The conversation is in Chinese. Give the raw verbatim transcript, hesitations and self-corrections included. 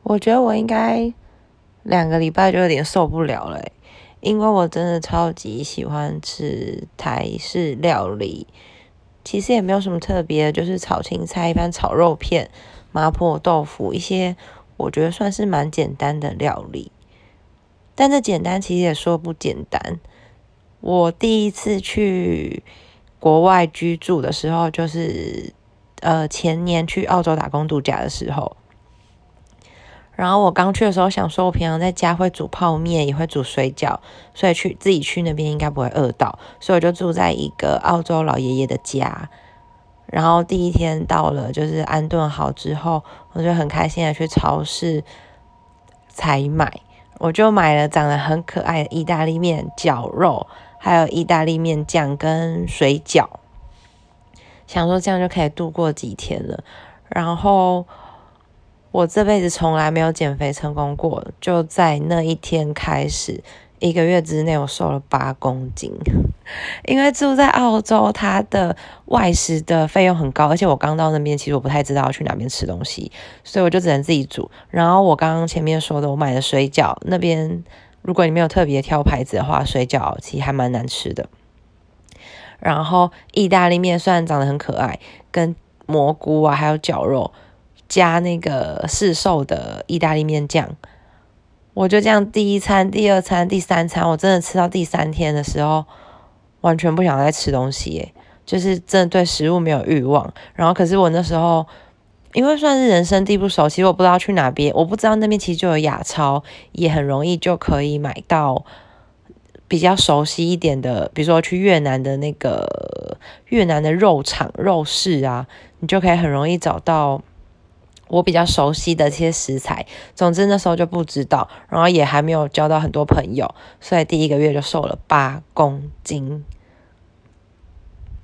我觉得我应该两个礼拜就有点受不了了，因为我真的超级喜欢吃台式料理，其实也没有什么特别的，就是炒青菜、一般炒肉片、麻婆豆腐，一些我觉得算是蛮简单的料理。但这简单其实也说不简单。我第一次去国外居住的时候，就是呃前年去澳洲打工度假的时候。然后我刚去的时候想说，我平常在家会煮泡面，也会煮水饺，所以去自己去那边应该不会饿到，所以我就住在一个澳洲老爷爷的家。然后第一天到了，就是安顿好之后，我就很开心的去超市采买，我就买了长得很可爱的意大利面、绞肉，还有意大利面酱跟水饺，想说这样就可以度过几天了。然后我这辈子从来没有减肥成功过，就在那一天开始，一个月之内我瘦了八公斤。因为住在澳洲，它的外食的费用很高，而且我刚到那边，其实我不太知道要去哪边吃东西，所以我就只能自己煮。然后我刚刚前面说的，我买的水饺，那边如果你没有特别挑牌子的话，水饺其实还蛮难吃的。然后意大利面虽然长得很可爱，跟蘑菇啊还有绞肉加那个市售的意大利面酱，我就这样第一餐、第二餐、第三餐，我真的吃到第三天的时候，完全不想再吃东西耶，就是真的对食物没有欲望。然后可是我那时候因为算是人生地不熟，其实我不知道去哪边，我不知道那边其实就有亚超，也很容易就可以买到比较熟悉一点的，比如说去越南的那个越南的肉场、肉市啊，你就可以很容易找到我比较熟悉的这些食材。总之那时候就不知道，然后也还没有交到很多朋友，所以第一个月就瘦了八公斤。